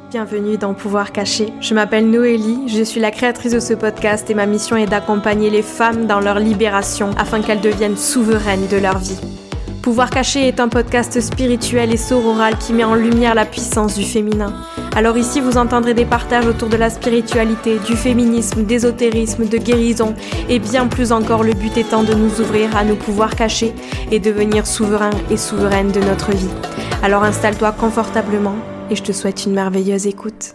Bienvenue dans Pouvoir caché. Je m'appelle Noélie, je suis la créatrice de ce podcast et ma mission est d'accompagner les femmes dans leur libération afin qu'elles deviennent souveraines de leur vie. Pouvoir caché est un podcast spirituel et sororal qui met en lumière la puissance du féminin. Alors ici, vous entendrez des partages autour de la spiritualité, du féminisme, d'ésotérisme, de guérison et bien plus encore, le but étant de nous ouvrir à nos pouvoirs cachés et devenir souverains et souveraines de notre vie. Alors installe-toi confortablement et je te souhaite une merveilleuse écoute.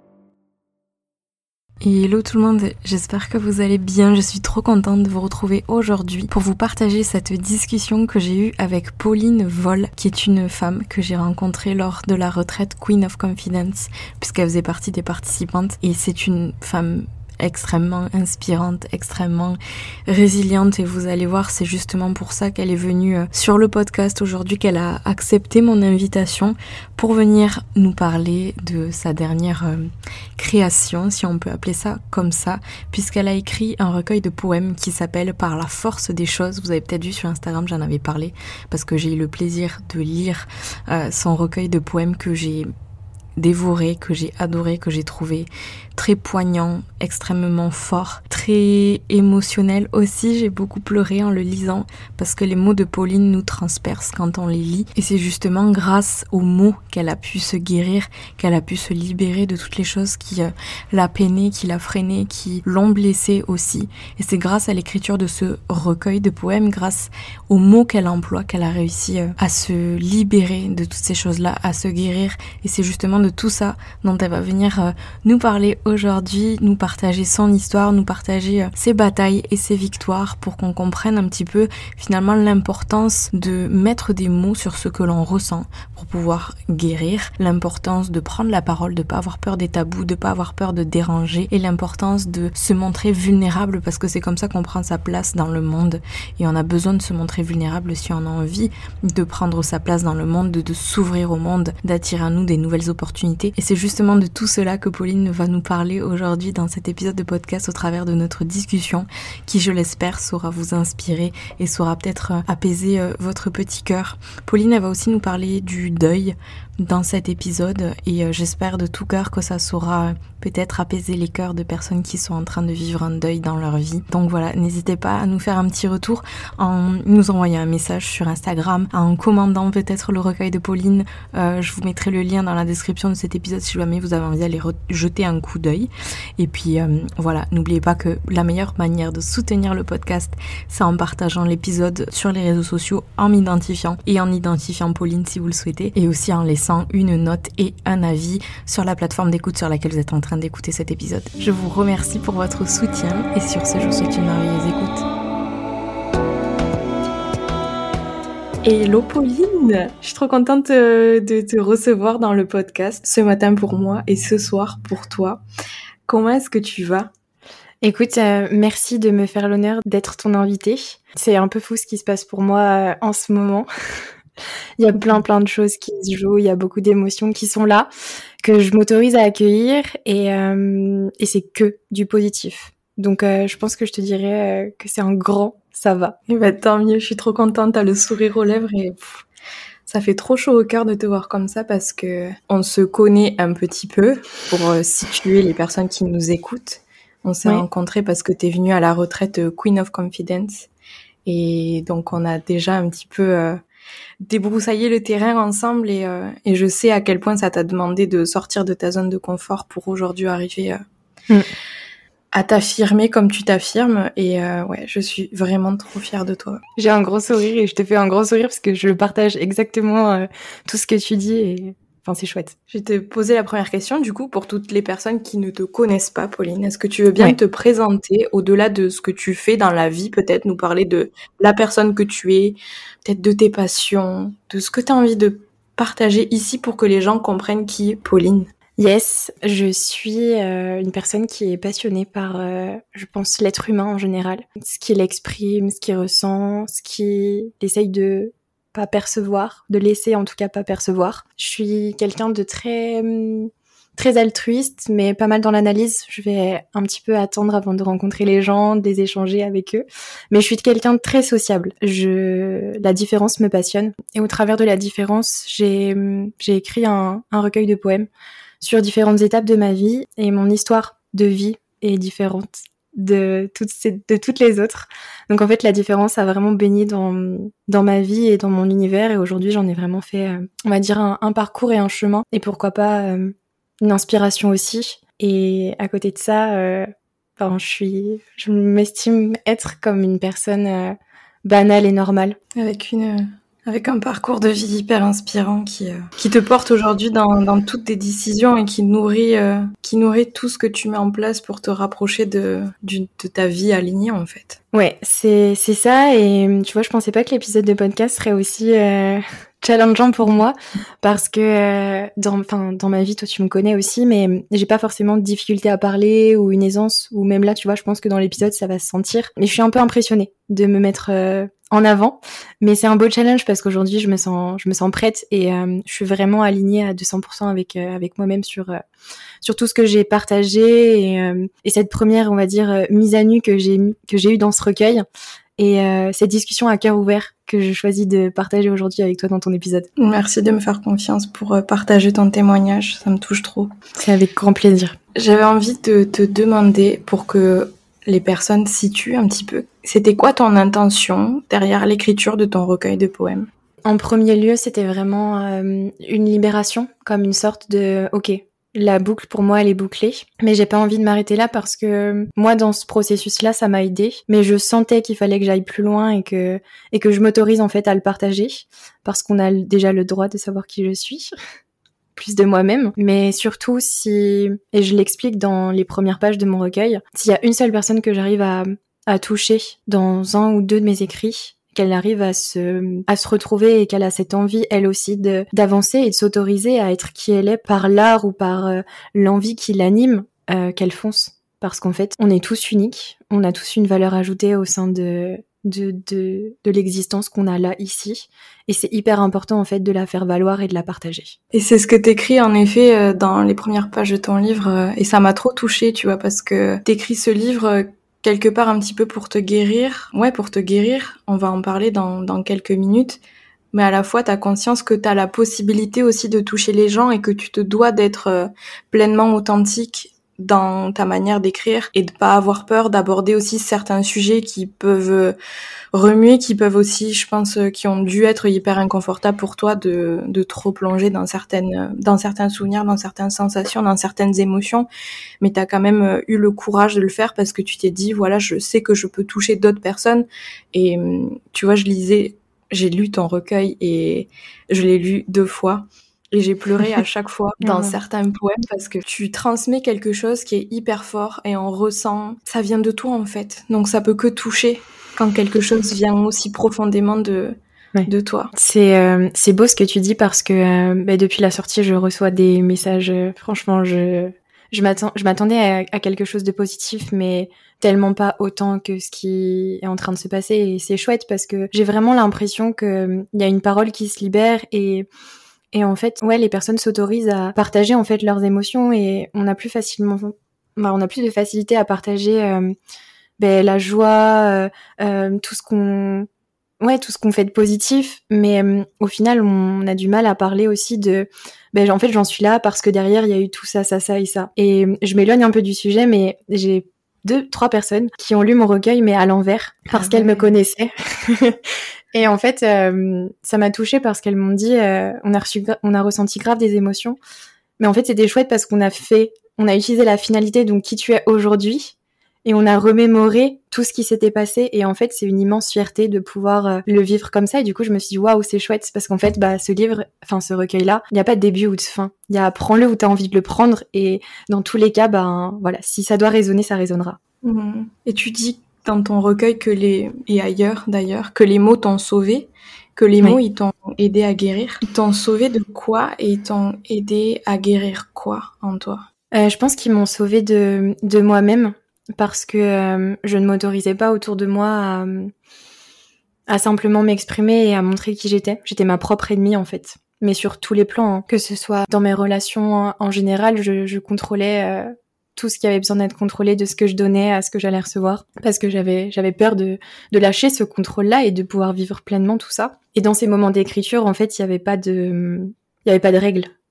Hello tout le monde, j'espère que vous allez bien, je suis trop contente de vous retrouver aujourd'hui pour vous partager cette discussion que j'ai eue avec Pauline Voll, qui est une femme que j'ai rencontrée lors de la retraite Queen of Confidence, puisqu'elle faisait partie des participantes, et c'est une femme extrêmement inspirante, extrêmement résiliente, et vous allez voir, c'est justement pour ça qu'elle est venue sur le podcast aujourd'hui, qu'elle a accepté mon invitation pour venir nous parler de sa dernière création, si on peut appeler ça comme ça, puisqu'elle a écrit un recueil de poèmes qui s'appelle Par la force des choses. Vous avez peut-être vu sur Instagram, j'en avais parlé parce que j'ai eu le plaisir de lire son recueil de poèmes que j'ai dévoré, que j'ai adoré, que j'ai trouvé très poignant, extrêmement fort, très émotionnel aussi. J'ai beaucoup pleuré en le lisant parce que les mots de Pauline nous transpercent quand on les lit, et c'est justement grâce aux mots qu'elle a pu se guérir, qu'elle a pu se libérer de toutes les choses qui l'a peinée, qui l'a freinée, qui l'ont blessée aussi. Et c'est grâce à l'écriture de ce recueil de poèmes, grâce aux mots qu'elle emploie, qu'elle a réussi à se libérer de toutes ces choses-là, à se guérir. Et c'est justement de tout ça dont elle va venir nous parler aujourd'hui, nous partager son histoire, nous partager ses batailles et ses victoires pour qu'on comprenne un petit peu finalement l'importance de mettre des mots sur ce que l'on ressent pour pouvoir guérir, l'importance de prendre la parole, de pas avoir peur des tabous, de pas avoir peur de déranger, et l'importance de se montrer vulnérable parce que c'est comme ça qu'on prend sa place dans le monde, et on a besoin de se montrer vulnérable si on a envie de prendre sa place dans le monde, de s'ouvrir au monde, d'attirer à nous des nouvelles opportunités. Et c'est justement de tout cela que Pauline va nous parler aujourd'hui dans cet épisode de podcast au travers de notre discussion qui, je l'espère, saura vous inspirer et saura peut-être apaiser votre petit cœur. Pauline, elle va aussi nous parler du deuil dans cet épisode, et j'espère de tout cœur que ça saura peut-être apaiser les cœurs de personnes qui sont en train de vivre un deuil dans leur vie. Donc voilà, n'hésitez pas à nous faire un petit retour en nous envoyant un message sur Instagram, en commandant peut-être le recueil de Pauline. Je vous mettrai le lien dans la description de cet épisode si jamais vous avez envie d'aller jeter un coup d'œil. Et puis voilà, n'oubliez pas que la meilleure manière de soutenir le podcast, c'est en partageant l'épisode sur les réseaux sociaux, en m'identifiant et en identifiant Pauline si vous le souhaitez, et aussi en laissant une note et un avis sur la plateforme d'écoute sur laquelle vous êtes en train d'écouter cet épisode. Je vous remercie pour votre soutien, et sur ce, je vous souhaite une merveilleuse écoute. Hello Pauline, je suis trop contente de te recevoir dans le podcast ce matin pour moi et ce soir pour toi. Comment est-ce que tu vas ? Écoute, merci de me faire l'honneur d'être ton invitée. C'est un peu fou ce qui se passe pour moi en ce moment. Il y a plein de choses qui se jouent, il y a beaucoup d'émotions qui sont là, que je m'autorise à accueillir, et c'est que du positif. Donc je pense que je te dirais que c'est un grand ça va. Et bah tant mieux, je suis trop contente, t'as le sourire aux lèvres et ça fait trop chaud au cœur de te voir comme ça parce que on se connaît un petit peu pour situer les personnes qui nous écoutent. On s'est rencontrés parce que t'es venue à la retraite Queen of Confidence, et donc on a déjà un petit peu débroussailler le terrain ensemble, et je sais à quel point ça t'a demandé de sortir de ta zone de confort pour aujourd'hui arriver à t'affirmer comme tu t'affirmes, et ouais, je suis vraiment trop fière de toi. J'ai un gros sourire, et je te fais un gros sourire parce que je partage exactement tout ce que tu dis, et enfin c'est chouette. Je vais te poser la première question du coup pour toutes les personnes qui ne te connaissent pas, Pauline. Est-ce que tu veux bien te présenter au-delà de ce que tu fais dans la vie, peut-être nous parler de la personne que tu es, peut-être de tes passions, de ce que tu as envie de partager ici pour que les gens comprennent qui est Pauline? Yes, je suis une personne qui est passionnée par, je pense, l'être humain en général. Ce qu'il exprime, ce qu'il ressent, ce qu'il essaye de pas percevoir, de laisser en tout cas pas percevoir. Je suis quelqu'un de très altruiste, mais pas mal dans l'analyse. Je vais un petit peu attendre avant de rencontrer les gens, de les échanger avec eux. Mais je suis quelqu'un de très sociable. La différence me passionne. Et au travers de la différence, j'ai écrit un recueil de poèmes sur différentes étapes de ma vie, et mon histoire de vie est différente de toutes les autres. Donc en fait, la différence a vraiment baigné dans ma vie et dans mon univers, et aujourd'hui j'en ai vraiment fait, on va dire, un parcours et un chemin, et pourquoi pas une inspiration aussi. Et à côté de ça, je m'estime être comme une personne banale et normale. Avec un parcours de vie hyper inspirant qui te porte aujourd'hui dans toutes tes décisions et qui nourrit tout ce que tu mets en place pour te rapprocher de ta vie alignée, en fait. Ouais, c'est ça. Et tu vois, je pensais pas que l'épisode de podcast serait aussi challengeant pour moi, parce que dans ma vie, toi tu me connais aussi, mais j'ai pas forcément de difficulté à parler ou une aisance, ou même là, tu vois, je pense que dans l'épisode ça va se sentir. Mais je suis un peu impressionnée de me mettre en avant, mais c'est un beau challenge parce qu'aujourd'hui je me sens prête, et je suis vraiment alignée à 200% avec moi-même sur tout ce que j'ai partagé, et cette première, on va dire, mise à nu que j'ai eue dans ce recueil, et cette discussion à cœur ouvert que je choisis de partager aujourd'hui avec toi dans ton épisode. Merci de me faire confiance pour partager ton témoignage, ça me touche trop. C'est avec grand plaisir. J'avais envie de te demander, pour que les personnes situent un petit peu, c'était quoi ton intention derrière l'écriture de ton recueil de poèmes ? En premier lieu, c'était vraiment une libération, comme une sorte de « ok, la boucle pour moi elle est bouclée », mais j'ai pas envie de m'arrêter là, parce que moi dans ce processus-là ça m'a aidée, mais je sentais qu'il fallait que j'aille plus loin et que je m'autorise en fait à le partager, parce qu'on a déjà le droit de savoir qui je suis. Plus de moi-même, mais surtout et je l'explique dans les premières pages de mon recueil, s'il y a une seule personne que j'arrive à toucher dans un ou deux de mes écrits, qu'elle arrive à se retrouver et qu'elle a cette envie, elle aussi, d'avancer et de s'autoriser à être qui elle est par l'art ou par l'envie qui l'anime, qu'elle fonce. Parce qu'en fait, on est tous uniques, on a tous une valeur ajoutée au sein de l'existence qu'on a là, ici. Et c'est hyper important, en fait, de la faire valoir et de la partager. Et c'est ce que t'écris, en effet, dans les premières pages de ton livre, et ça m'a trop touchée, tu vois, parce que t'écris ce livre quelque part un petit peu pour te guérir. Ouais, pour te guérir, on va en parler dans quelques minutes, mais à la fois t'as conscience que t'as la possibilité aussi de toucher les gens et que tu te dois d'être pleinement authentique dans ta manière d'écrire, et de pas avoir peur d'aborder aussi certains sujets qui peuvent remuer, qui peuvent aussi, je pense, qui ont dû être hyper inconfortables pour toi de trop plonger dans certains souvenirs, dans certaines sensations, dans certaines émotions, mais t'as quand même eu le courage de le faire parce que tu t'es dit, voilà, je sais que je peux toucher d'autres personnes. Et tu vois, j'ai lu ton recueil et je l'ai lu 2 fois. Et j'ai pleuré à chaque fois dans certains poèmes, parce que tu transmets quelque chose qui est hyper fort et on ressent, ça vient de toi en fait. Donc ça peut que toucher quand quelque chose vient aussi profondément de toi. C'est beau ce que tu dis, parce que depuis la sortie, je reçois des messages, franchement, je m'attendais à quelque chose de positif, mais tellement pas autant que ce qui est en train de se passer, et c'est chouette parce que j'ai vraiment l'impression que il y a une parole qui se libère, et en fait, ouais, les personnes s'autorisent à partager en fait leurs émotions, et on a plus de facilité à partager la joie, tout ce qu'on fait de positif, mais au final, on a du mal à parler aussi de en fait, j'en suis là parce que derrière, il y a eu tout ça, ça, ça et ça. Et je m'éloigne un peu du sujet, mais j'ai 2-3 personnes qui ont lu mon recueil, mais à l'envers, parce qu'elles me connaissaient. Et en fait, ça m'a touchée parce qu'elles m'ont dit, on a ressenti grave des émotions, mais en fait, c'était chouette parce qu'on a utilisé la finalité, donc qui tu es aujourd'hui, et on a remémoré tout ce qui s'était passé, et en fait, c'est une immense fierté de pouvoir le vivre comme ça. Et du coup, je me suis dit, waouh, c'est chouette, parce qu'en fait, ce recueil-là, il n'y a pas de début ou de fin. Il y a prends-le où t'as envie de le prendre, et dans tous les cas, voilà, si ça doit résonner, ça résonnera. Et tu dis dans ton recueil et ailleurs d'ailleurs, que les mots t'ont sauvé, que les mots ils t'ont aidé à guérir. Ils t'ont sauvé de quoi, et ils t'ont aidé à guérir quoi en toi ? Je pense qu'ils m'ont sauvé de moi-même, parce que je ne m'autorisais pas autour de moi à simplement m'exprimer et à montrer qui j'étais. J'étais ma propre ennemie en fait, mais sur tous les plans, hein. Que ce soit dans mes relations en général, je contrôlais tout ce qui avait besoin d'être contrôlé, de ce que je donnais à ce que j'allais recevoir, parce que j'avais peur de lâcher ce contrôle-là et de pouvoir vivre pleinement tout ça. Et dans ces moments d'écriture, en fait, il y avait pas de règles.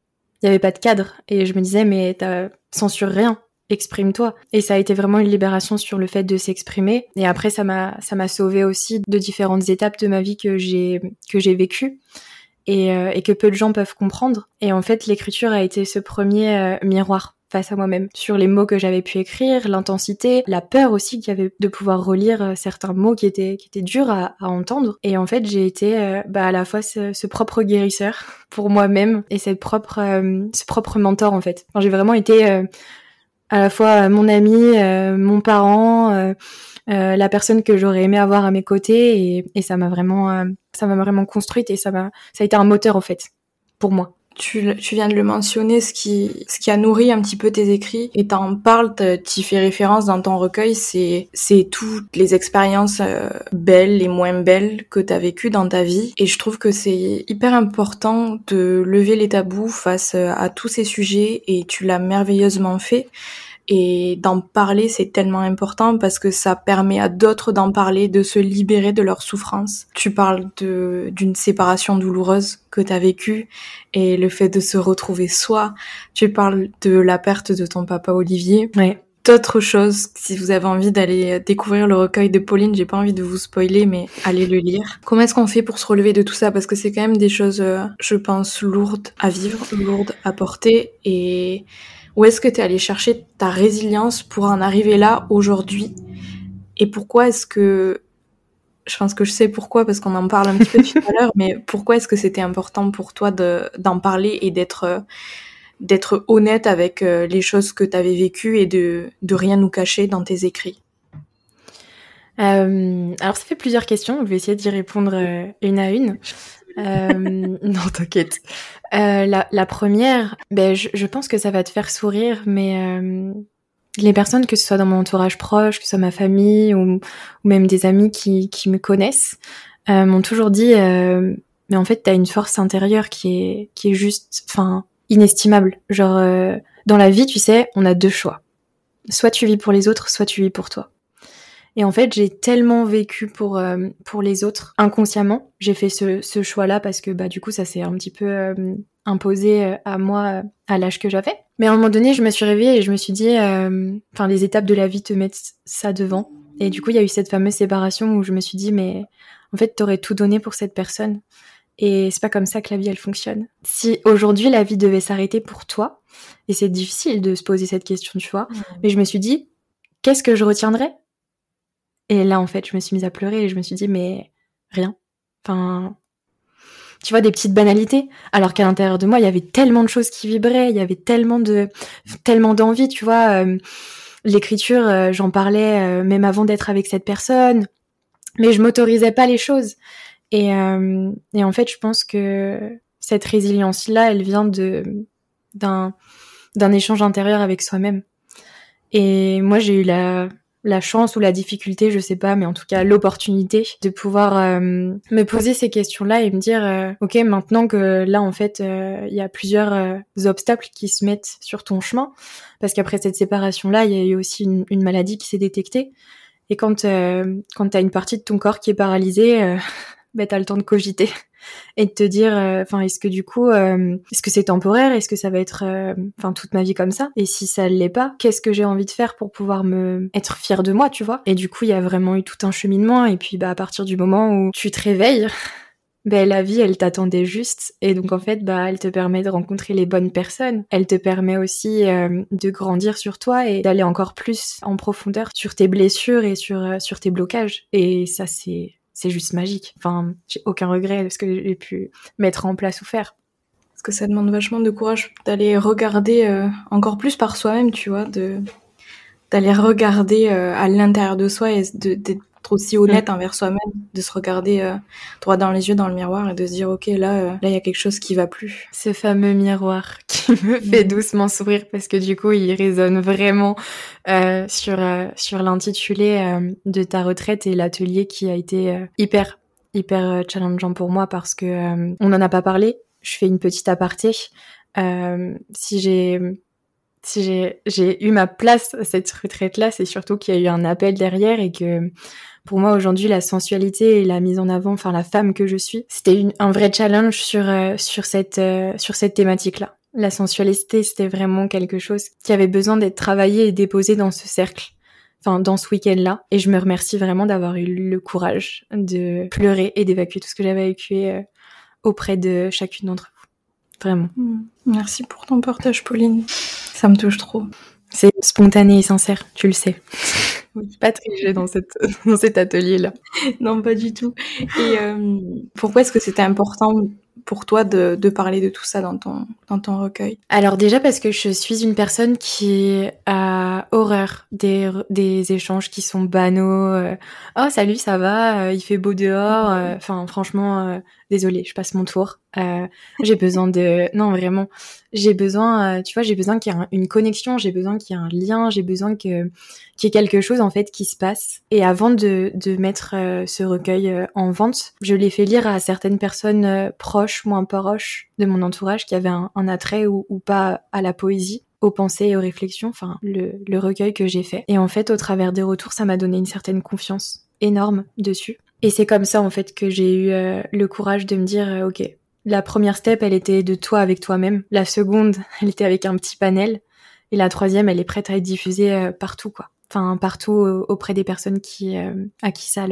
il y avait pas de cadre. Et je me disais, mais censure rien. Exprime-toi. Et ça a été vraiment une libération sur le fait de s'exprimer. Et après, ça m'a sauvée aussi de différentes étapes de ma vie que j'ai vécues et que peu de gens peuvent comprendre. Et en fait, l'écriture a été ce premier miroir face à moi-même sur les mots que j'avais pu écrire, l'intensité, la peur aussi qu'il y avait de pouvoir relire certains mots qui étaient durs à entendre. Et en fait, j'ai été à la fois ce propre guérisseur pour moi-même et ce propre mentor en fait. Enfin, j'ai vraiment été à la fois mon ami, mon parent, la personne que j'aurais aimé avoir à mes côtés et ça m'a vraiment construite et ça a été un moteur en fait pour moi. Tu viens de le mentionner, ce qui a nourri un petit peu tes écrits, et t'en parles, t'y fais référence dans ton recueil, c'est toutes les expériences belles et moins belles que t'as vécues dans ta vie, et je trouve que c'est hyper important de lever les tabous face à tous ces sujets, et tu l'as merveilleusement fait. Et d'en parler, c'est tellement important parce que ça permet à d'autres d'en parler, de se libérer de leur souffrance. Tu parles d'une séparation douloureuse que t'as vécue et le fait de se retrouver soi. Tu parles de la perte de ton papa Olivier. Ouais. D'autres choses, si vous avez envie d'aller découvrir le recueil de Pauline, j'ai pas envie de vous spoiler, mais allez le lire. Comment est-ce qu'on fait pour se relever de tout ça? Parce que c'est quand même des choses, je pense, lourdes à vivre, lourdes à porter, et où est-ce que t'es allé chercher ta résilience pour en arriver là aujourd'hui? Et pourquoi est-ce que... Je pense que je sais pourquoi, parce qu'on en parle un petit peu tout à l'heure, mais pourquoi est-ce que c'était important pour toi d'en parler et d'être honnête avec les choses que t'avais vécues et de rien nous cacher dans tes écrits? Alors ça fait plusieurs questions, je vais essayer d'y répondre une à une. Non, t'inquiète. La première, je pense que ça va te faire sourire, mais les personnes, que ce soit dans mon entourage proche, que ce soit ma famille ou même des amis qui me connaissent, m'ont toujours dit mais en fait t'as une force intérieure qui est juste, enfin, inestimable. Genre dans la vie, tu sais, on a deux choix. Soit tu vis pour les autres, soit tu vis pour toi. Et en fait, j'ai tellement vécu pour les autres inconsciemment. J'ai fait ce choix-là parce que du coup, ça s'est un petit peu imposé à moi à l'âge que j'avais. Mais à un moment donné, je me suis réveillée et je me suis dit, les étapes de la vie te mettent ça devant. Et du coup, il y a eu cette fameuse séparation où je me suis dit, mais en fait, t'aurais tout donné pour cette personne. Et c'est pas comme ça que la vie, elle fonctionne. Si aujourd'hui, la vie devait s'arrêter pour toi, et c'est difficile de se poser cette question, tu vois, mais je me suis dit, qu'est-ce que je retiendrais ? Et là, en fait, je me suis mise à pleurer et je me suis dit, mais rien. Enfin, tu vois, des petites banalités. Alors qu'à l'intérieur de moi, il y avait tellement de choses qui vibraient, il y avait tellement d'envie, tu vois. L'écriture, j'en parlais même avant d'être avec cette personne, mais je m'autorisais pas les choses. Et en fait, je pense que cette résilience-là, elle vient d'un échange intérieur avec soi-même. Et moi, j'ai eu la chance ou la difficulté, je sais pas, mais en tout cas l'opportunité de pouvoir me poser ces questions-là et me dire ok, maintenant que là en fait il y a plusieurs obstacles qui se mettent sur ton chemin, parce qu'après cette séparation-là, il y a eu aussi une maladie qui s'est détectée, et quand t'as une partie de ton corps qui est paralysée, t'as le temps de cogiter et de te dire est-ce que du coup est-ce que c'est temporaire, est-ce que ça va être toute ma vie comme ça, et si ça l'est pas, qu'est-ce que j'ai envie de faire pour pouvoir être fière de moi, tu vois. Et du coup il y a vraiment eu tout un cheminement, et puis à partir du moment où tu te réveilles, la vie elle t'attendait juste, et donc en fait elle te permet de rencontrer les bonnes personnes, elle te permet aussi de grandir sur toi et d'aller encore plus en profondeur sur tes blessures et sur tes blocages, et ça c'est juste magique. Enfin, j'ai aucun regret de ce que j'ai pu mettre en place ou faire. Parce que ça demande vachement de courage d'aller regarder encore plus par soi-même, tu vois, d'aller regarder à l'intérieur de soi et d'être aussi honnête envers soi-même, de se regarder droit dans les yeux dans le miroir et de se dire ok, là il y a quelque chose qui va plus. Ce fameux miroir qui me fait doucement sourire, parce que du coup il résonne vraiment sur l'intitulé de ta retraite et l'atelier qui a été hyper challengeant pour moi, parce que on n'en a pas parlé. Je fais une petite aparté. Si j'ai eu ma place à cette retraite-là, c'est surtout qu'il y a eu un appel derrière, et que pour moi aujourd'hui la sensualité et la mise en avant, la femme que je suis, c'était un vrai challenge sur cette thématique-là. La sensualité, c'était vraiment quelque chose qui avait besoin d'être travaillé et déposé dans ce cercle, enfin dans ce week-end-là. Et je me remercie vraiment d'avoir eu le courage de pleurer et d'évacuer tout ce que j'avais évacué auprès de chacune d'entre vous. Vraiment. Merci pour ton partage, Pauline. Ça me touche trop. C'est spontané et sincère, tu le sais. Oui, pas tricher dans cet atelier-là. Non, pas du tout. Et pourquoi est-ce que c'était important pour toi de parler de tout ça dans ton recueil? Alors déjà parce que je suis une personne qui a horreur des échanges qui sont banaux. Oh salut, ça va, il fait beau dehors. Enfin franchement, désolée, je passe mon tour. J'ai besoin non vraiment, j'ai besoin, tu vois, j'ai besoin qu'il y ait une connexion, j'ai besoin qu'il y ait un lien, j'ai besoin qu'il y ait quelque chose en fait qui se passe. Et avant de mettre ce recueil en vente, je l'ai fait lire à certaines personnes proches, moins proches de mon entourage, qui avaient un attrait ou pas à la poésie, aux pensées et aux réflexions, enfin le recueil que j'ai fait. Et en fait, au travers des retours, ça m'a donné une certaine confiance énorme dessus. Et c'est comme ça en fait que j'ai eu le courage de me dire ok, la première step, elle était de toi avec toi-même. La seconde, elle était avec un petit panel. Et la troisième, elle est prête à être diffusée partout, quoi. Enfin, partout auprès des personnes à qui ça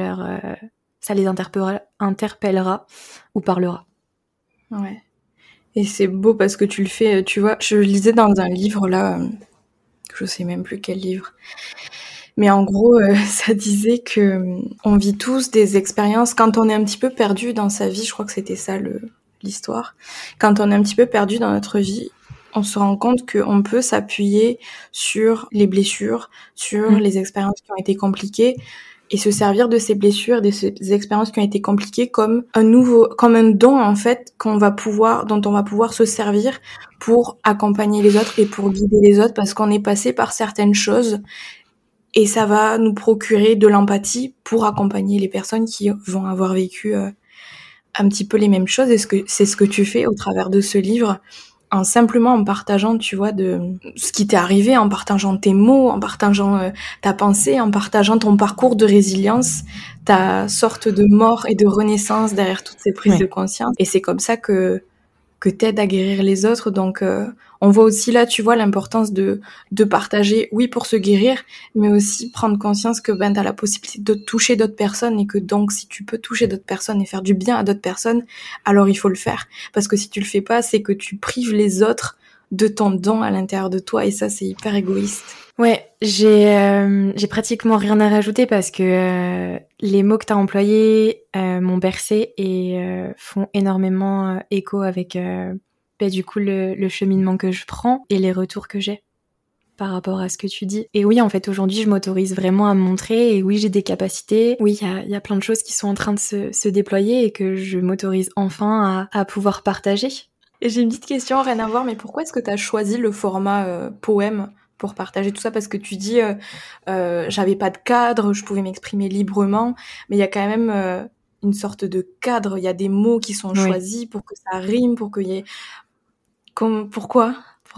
les interpellera ou parlera. Ouais. Et c'est beau parce que tu le fais, tu vois, je lisais dans un livre là, je sais même plus quel livre. Mais en gros, ça disait que on vit tous des expériences quand on est un petit peu perdu dans sa vie, je crois que c'était ça l'histoire. Quand on est un petit peu perdu dans notre vie, on se rend compte qu'on peut s'appuyer sur les blessures, sur les expériences qui ont été compliquées, et se servir de ces blessures, de ces expériences qui ont été compliquées comme un don en fait dont on va pouvoir se servir pour accompagner les autres et pour guider les autres parce qu'on est passé par certaines choses et ça va nous procurer de l'empathie pour accompagner les personnes qui vont avoir vécu un petit peu les mêmes choses. Et c'est ce que tu fais au travers de ce livre, simplement en partageant, tu vois, de ce qui t'est arrivé, en partageant tes mots, en partageant ta pensée, en partageant ton parcours de résilience, ta sorte de mort et de renaissance derrière toutes ces prises de conscience. Et c'est comme ça que t'aides à guérir les autres. Donc, on voit aussi là, tu vois, l'importance de partager, oui, pour se guérir, mais aussi prendre conscience que t'as la possibilité de toucher d'autres personnes et que donc, si tu peux toucher d'autres personnes et faire du bien à d'autres personnes, alors il faut le faire. Parce que si tu le fais pas, c'est que tu prives les autres de ton don à l'intérieur de toi et ça, c'est hyper égoïste. Ouais, j'ai pratiquement rien à rajouter parce que les mots que t'as employés m'ont bercé et font énormément écho avec du coup le cheminement que je prends et les retours que j'ai par rapport à ce que tu dis. Et oui, en fait, aujourd'hui, je m'autorise vraiment à me montrer et oui, j'ai des capacités. Oui, il y a plein de choses qui sont en train de se déployer et que je m'autorise enfin à pouvoir partager. Et j'ai une petite question, rien à voir, mais pourquoi est-ce que t'as choisi le format poème pour partager tout ça? Parce que tu dis, j'avais pas de cadre, je pouvais m'exprimer librement, mais il y a quand même une sorte de cadre, il y a des mots qui sont choisis pour que ça rime, pour qu'il y ait... Pourquoi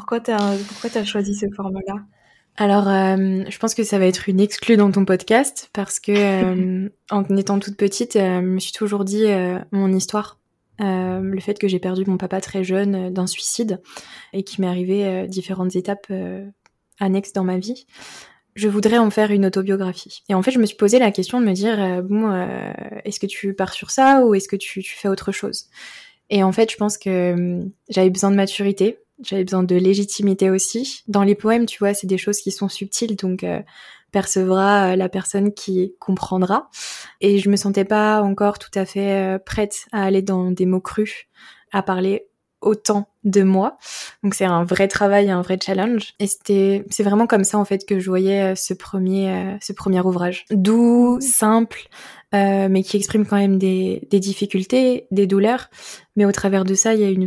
t'as choisi ce format-là? Alors, je pense que ça va être une exclue dans ton podcast parce que en étant toute petite, je me suis toujours dit mon histoire. Le fait que j'ai perdu mon papa très jeune d'un suicide et qu'il m'est arrivé différentes étapes annexes dans ma vie. Je voudrais en faire une autobiographie. Et en fait, je me suis posé la question de me dire est-ce que tu pars sur ça ou est-ce que tu fais autre chose? Et en fait, je pense que j'avais besoin de maturité, j'avais besoin de légitimité aussi. Dans les poèmes, tu vois, c'est des choses qui sont subtiles, donc percevra la personne qui comprendra. Et je me sentais pas encore tout à fait prête à aller dans des mots crus, à parler autant de moi. Donc c'est un vrai travail, un vrai challenge. Et c'est vraiment comme ça en fait que je voyais ce premier ouvrage. Doux, simple, mais qui exprime quand même des difficultés, des douleurs. Mais au travers de ça, il y a une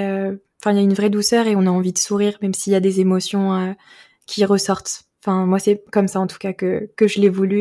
vraie douceur et on a envie de sourire, même s'il y a des émotions qui ressortent. Enfin, moi, c'est comme ça, en tout cas, que je l'ai voulu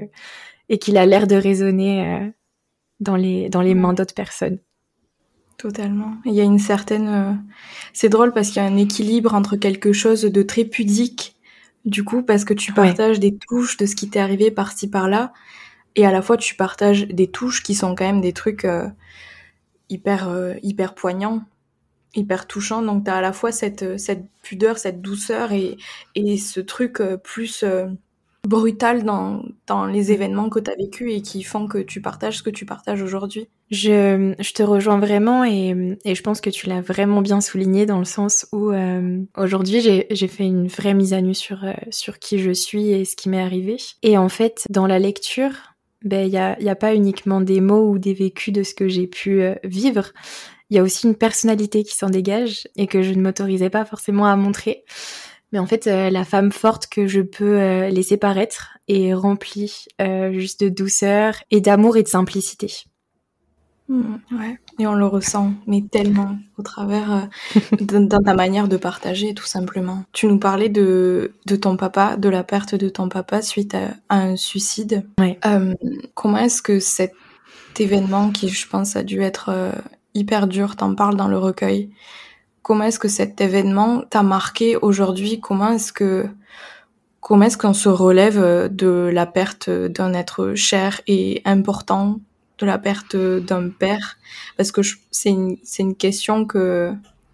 et qu'il a l'air de résonner dans les mains d'autres personnes. Totalement. Il y a une certaine... C'est drôle parce qu'il y a un équilibre entre quelque chose de très pudique, du coup, parce que tu partages des touches de ce qui t'est arrivé par-ci, par-là, et à la fois, tu partages des touches qui sont quand même des trucs hyper poignants. hyper touchant. Donc t'as à la fois cette pudeur, cette douceur et ce truc plus brutal dans les événements que t'as vécu et qui font que tu partages ce que tu partages aujourd'hui. Je te rejoins vraiment et je pense que tu l'as vraiment bien souligné dans le sens où aujourd'hui j'ai fait une vraie mise à nu sur qui je suis et ce qui m'est arrivé. Et en fait, dans la lecture, il y a pas uniquement des mots ou des vécus de ce que j'ai pu vivre. Il y a aussi une personnalité qui s'en dégage et que je ne m'autorisais pas forcément à montrer. Mais en fait, la femme forte que je peux laisser paraître est remplie juste de douceur et d'amour et de simplicité. Ouais, et on le ressent, mais tellement au travers dans ta manière de partager, tout simplement. Tu nous parlais de ton papa, de la perte de ton papa suite à un suicide. Ouais. Comment est-ce que cet événement, qui je pense a dû être hyper dur, t'en parles dans le recueil, comment est-ce que cet événement t'a marqué aujourd'hui? Comment est-ce qu'on se relève de la perte d'un être cher et important, de la perte d'un père? Parce que c'est une question que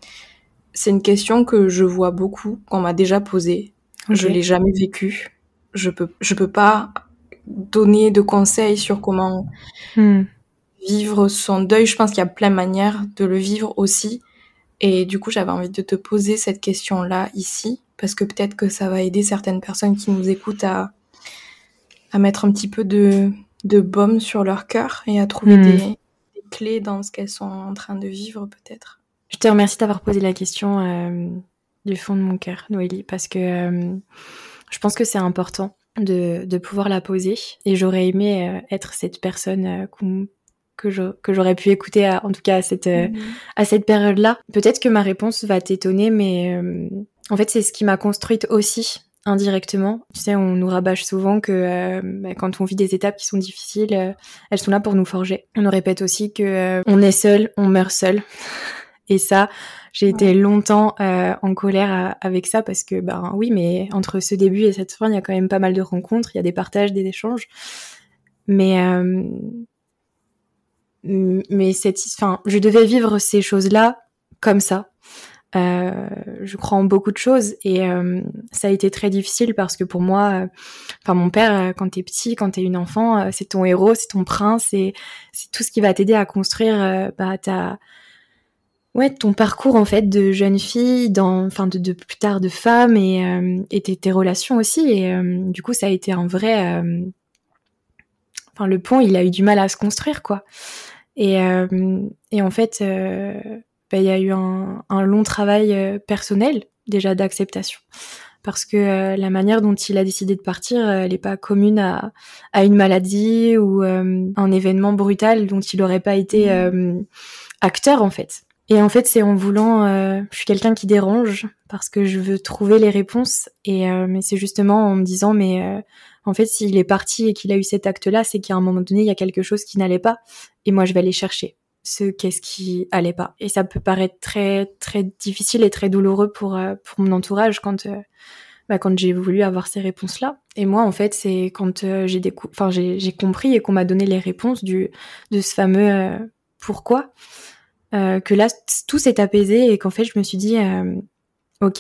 je vois beaucoup, qu'on m'a déjà posée. Okay. Je l'ai jamais vécu. Je peux pas donner de conseils sur comment vivre son deuil. Je pense qu'il y a plein de manières de le vivre aussi. Et du coup, j'avais envie de te poser cette question-là ici, parce que peut-être que ça va aider certaines personnes qui nous écoutent à mettre un petit peu de baume sur leur cœur et à trouver des clés dans ce qu'elles sont en train de vivre, peut-être. Je te remercie d'avoir posé la question du fond de mon cœur, Noélie, parce que je pense que c'est important de pouvoir la poser. Et j'aurais aimé être cette personne que j'aurais pu écouter, en tout cas à cette période-là. Peut-être que ma réponse va t'étonner, mais en fait, c'est ce qui m'a construite aussi, indirectement. Tu sais, on nous rabâche souvent que quand on vit des étapes qui sont difficiles, elles sont là pour nous forger. On nous répète aussi que on est seul, on meurt seul. Et ça, j'ai été longtemps en colère avec ça parce que, oui, mais entre ce début et cette fin, il y a quand même pas mal de rencontres, il y a des partages, des échanges. Mais je devais vivre ces choses-là comme ça. Je crois en beaucoup de choses et ça a été très difficile parce que pour moi, mon père, quand t'es petit, quand t'es une enfant, c'est ton héros, c'est ton prince, c'est tout ce qui va t'aider à construire ton parcours en fait de jeune fille, de plus tard de femme et tes relations aussi. Et du coup, ça a été un vrai. Le pont, il a eu du mal à se construire, quoi. Et en fait, il y a eu un long travail personnel déjà d'acceptation, parce que la manière dont il a décidé de partir, elle est pas commune à une maladie ou un événement brutal dont il aurait pas été acteur en fait. Et en fait, c'est en voulant... je suis quelqu'un qui dérange parce que je veux trouver les réponses. Mais c'est justement en me disant, en fait, s'il est parti et qu'il a eu cet acte-là, c'est qu'à un moment donné, il y a quelque chose qui n'allait pas. Et moi, je vais aller chercher qu'est-ce qui allait pas. Et ça peut paraître très, très difficile et très douloureux pour mon entourage quand j'ai voulu avoir ces réponses-là. Et moi, en fait, c'est quand j'ai compris et qu'on m'a donné les réponses de ce fameux pourquoi. Que là, tout s'est apaisé et qu'en fait, je me suis dit, ok,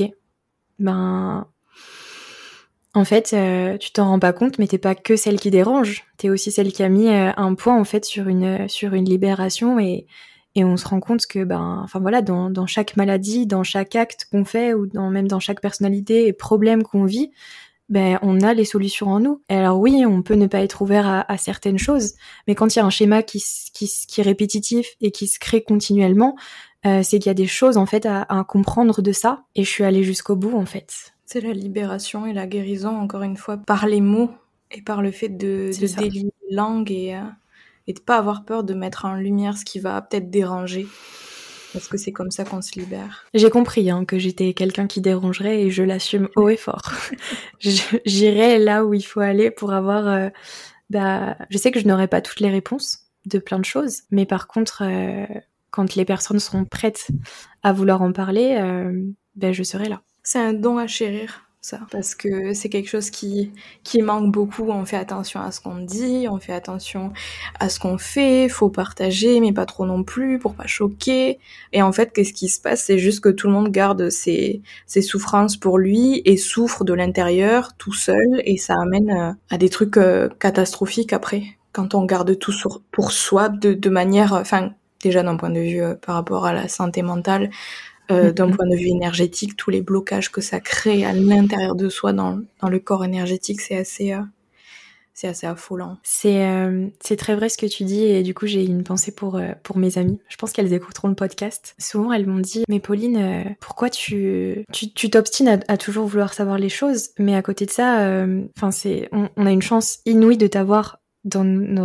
en fait, tu t'en rends pas compte, mais t'es pas que celle qui dérange, t'es aussi celle qui a mis un point en fait sur une libération et on se rend compte que dans chaque maladie, dans chaque acte qu'on fait ou même dans chaque personnalité et problème qu'on vit, on a les solutions en nous. Et alors oui, on peut ne pas être ouvert à certaines choses, mais quand il y a un schéma qui est répétitif et qui se crée continuellement, c'est qu'il y a des choses en fait à comprendre de ça. Et je suis allée jusqu'au bout en fait. C'est la libération et la guérison, encore une fois, par les mots et par le fait de délier les langues et de pas avoir peur de mettre en lumière ce qui va peut-être déranger. Parce que c'est comme ça qu'on se libère. J'ai compris que j'étais quelqu'un qui dérangerait et je l'assume haut et fort. J'irai là où il faut aller pour avoir... je sais que je n'aurai pas toutes les réponses de plein de choses, mais par contre, quand les personnes seront prêtes à vouloir en parler, je serai là. C'est un don à chérir. ça, parce que c'est quelque chose qui manque beaucoup. On fait attention à ce qu'on dit, on fait attention à ce qu'on fait, faut partager, mais pas trop non plus, pour pas choquer. Et en fait, qu'est-ce qui se passe? C'est juste que tout le monde garde ses souffrances pour lui et souffre de l'intérieur, tout seul, et ça amène à des trucs catastrophiques après, quand on garde tout pour soi, de manière, enfin, déjà d'un point de vue par rapport à la santé mentale, d'un point de vue énergétique, tous les blocages que ça crée à l'intérieur de soi, dans le corps énergétique, c'est assez affolant. C'est très vrai ce que tu dis, et du coup j'ai une pensée pour mes amies. Je pense qu'elles écouteront le podcast. Souvent elles m'ont dit, mais Pauline, pourquoi tu t'obstines à toujours vouloir savoir les choses, mais à côté de ça, on a une chance inouïe de t'avoir dans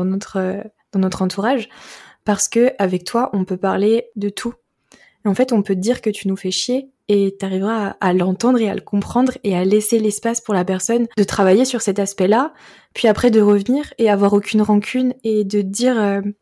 notre entourage, parce que avec toi on peut parler de tout. Et en fait, on peut te dire que tu nous fais chier, et t'arriveras à l'entendre et à le comprendre et à laisser l'espace pour la personne de travailler sur cet aspect-là, puis après de revenir et avoir aucune rancune et de te dire...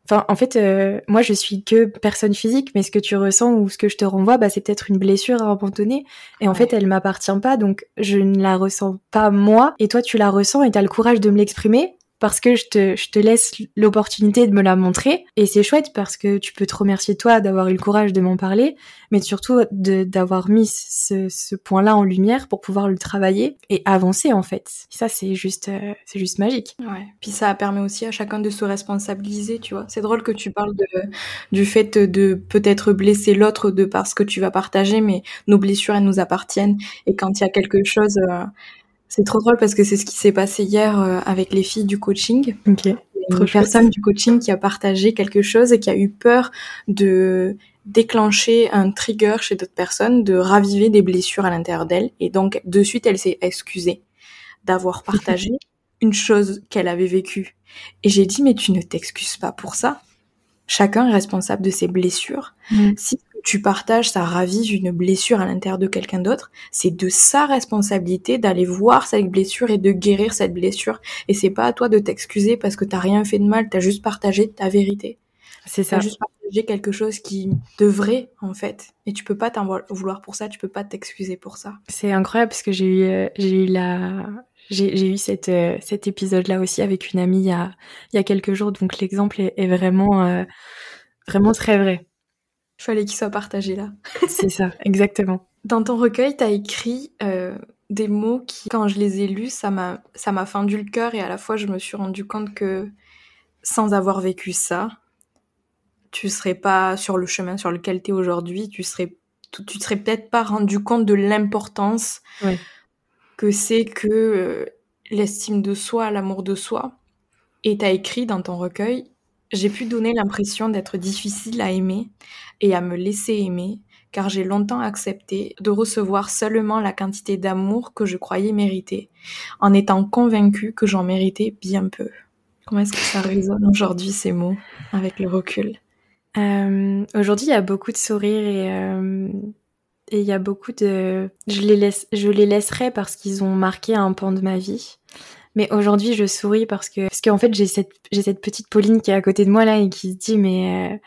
moi je suis que personne physique, mais ce que tu ressens ou ce que je te renvoie, c'est peut-être une blessure à un moment donné, et en fait elle m'appartient pas, donc je ne la ressens pas moi, et toi tu la ressens et t'as le courage de me l'exprimer, parce que je te laisse l'opportunité de me la montrer, et c'est chouette parce que tu peux te remercier toi d'avoir eu le courage de m'en parler, mais surtout d'avoir mis ce point-là en lumière pour pouvoir le travailler et avancer en fait. Ça c'est juste magique. Ouais. Puis ça permet aussi à chacun de se responsabiliser, tu vois. C'est drôle que tu parles du fait de peut-être blesser l'autre de par ce que tu vas partager, mais nos blessures elles nous appartiennent, et quand il y a quelque chose c'est trop drôle parce que c'est ce qui s'est passé hier avec les filles du coaching. Ok. Une personne du coaching qui a partagé quelque chose et qui a eu peur de déclencher un trigger chez d'autres personnes, de raviver des blessures à l'intérieur d'elle. Et donc, de suite, elle s'est excusée d'avoir partagé une chose qu'elle avait vécue. Et j'ai dit, mais tu ne t'excuses pas pour ça. Chacun est responsable de ses blessures. Si tu partages, ça ravive une blessure à l'intérieur de quelqu'un d'autre, c'est de sa responsabilité d'aller voir cette blessure et de guérir cette blessure. Et c'est pas à toi de t'excuser parce que t'as rien fait de mal, t'as juste partagé ta vérité. C'est ça. T'as juste partagé quelque chose qui de vrai, en fait. Et tu peux pas t'en vouloir pour ça, tu peux pas t'excuser pour ça. C'est incroyable parce que j'ai eu cet épisode-là aussi avec une amie il y a quelques jours, donc l'exemple est vraiment, vraiment très vrai. Il fallait qu'il soit partagé là. C'est ça, exactement. Dans ton recueil, t'as écrit des mots qui, quand je les ai lus, ça m'a fendu le cœur, et à la fois je me suis rendu compte que sans avoir vécu ça, tu serais pas sur le chemin sur lequel t'es aujourd'hui, tu te serais peut-être pas rendu compte de l'importance que c'est que l'estime de soi, l'amour de soi. Et t'as écrit dans ton recueil, j'ai pu donner l'impression d'être difficile à aimer et à me laisser aimer, car j'ai longtemps accepté de recevoir seulement la quantité d'amour que je croyais mériter, en étant convaincue que j'en méritais bien peu. Comment est-ce que ça résonne aujourd'hui, ces mots, avec le recul? Aujourd'hui, il y a beaucoup de sourires, et il y a beaucoup de... Je les laisserai parce qu'ils ont marqué un pan de ma vie. Mais aujourd'hui, je souris parce qu'en fait, j'ai cette petite Pauline qui est à côté de moi là et qui se dit, mais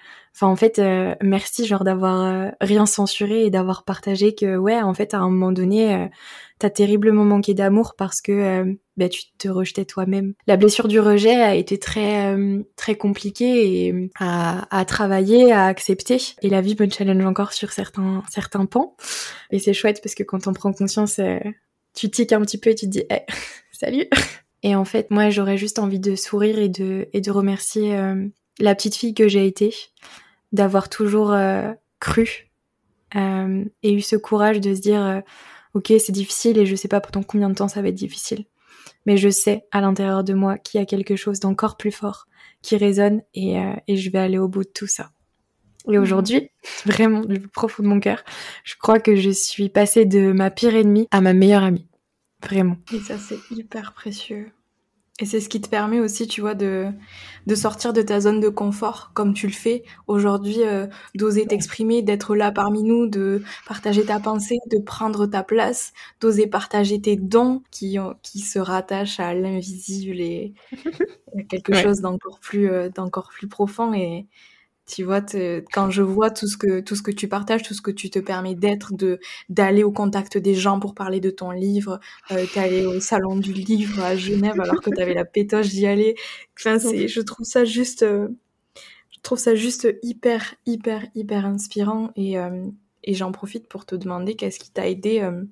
merci genre d'avoir rien censuré et d'avoir partagé que en fait à un moment donné t'as terriblement manqué d'amour parce que tu te rejetais toi-même. La blessure du rejet a été très très compliquée et à travailler, à accepter, et la vie me challenge encore sur certains pans, et c'est chouette parce que quand on prend conscience tu tiques un petit peu et tu te dis hey, salut. Et en fait, moi, j'aurais juste envie de sourire et de remercier la petite fille que j'ai été, d'avoir toujours cru et eu ce courage de se dire ok, c'est difficile et je sais pas pourtant combien de temps ça va être difficile. Mais je sais à l'intérieur de moi qu'il y a quelque chose d'encore plus fort qui résonne, et je vais aller au bout de tout ça. Et aujourd'hui, vraiment, du profond de mon cœur, je crois que je suis passée de ma pire ennemie à ma meilleure amie. Vraiment. Et ça, c'est hyper précieux. Et c'est ce qui te permet aussi, tu vois, de sortir de ta zone de confort, comme tu le fais aujourd'hui, d'oser t'exprimer, d'être là parmi nous, de partager ta pensée, de prendre ta place, d'oser partager tes dons qui se rattachent à l'invisible et à quelque chose d'encore plus profond. Et Tu vois, quand je vois tout ce que tu partages, tout ce que tu te permets d'être, d'aller au contact des gens pour parler de ton livre, t'es allé au salon du livre à Genève alors que t'avais la pétoche d'y aller. Enfin, je trouve ça juste hyper, hyper, hyper inspirant et j'en profite pour te demander qu'est-ce qui t'aide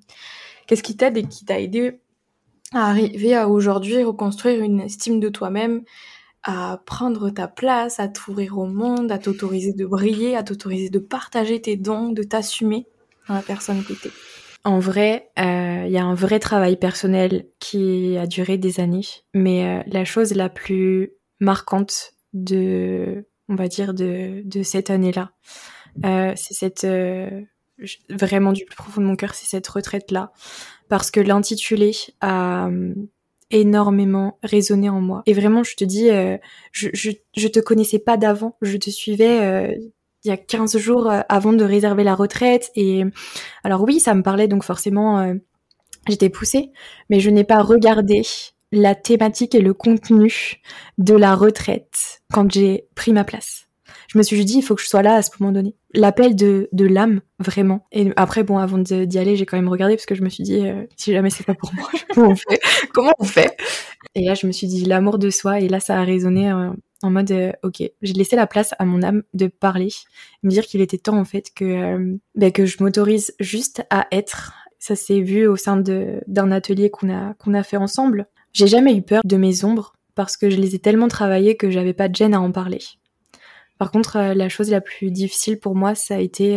et qui t'a aidé à arriver à aujourd'hui reconstruire une estime de toi-même, à prendre ta place, à t'ouvrir au monde, à t'autoriser de briller, à t'autoriser de partager tes dons, de t'assumer dans la personne que t'es. En vrai, il y a un vrai travail personnel qui a duré des années, mais la chose la plus marquante on va dire, de cette année-là, c'est vraiment du plus profond de mon cœur, c'est cette retraite-là, parce que l'intitulé a énormément résonné en moi. Et vraiment, je te dis, je te connaissais pas d'avant, je te suivais il y a 15 jours avant de réserver la retraite. Et alors oui, ça me parlait, donc forcément, j'étais poussée, mais je n'ai pas regardé la thématique et le contenu de la retraite quand j'ai pris ma place. Je me suis dit, il faut que je sois là à ce moment donné. L'appel de l'âme, vraiment. Et après, bon, avant d'y aller, j'ai quand même regardé parce que je me suis dit, si jamais c'est pas pour moi, comment on fait? Et là, je me suis dit, l'amour de soi. Et là, ça a résonné en mode, ok, j'ai laissé la place à mon âme de parler, me dire qu'il était temps, en fait, que je m'autorise juste à être. Ça s'est vu au sein d'un atelier qu'on a fait ensemble. J'ai jamais eu peur de mes ombres parce que je les ai tellement travaillées que j'avais pas de gêne à en parler. Par contre, la chose la plus difficile pour moi, ça a été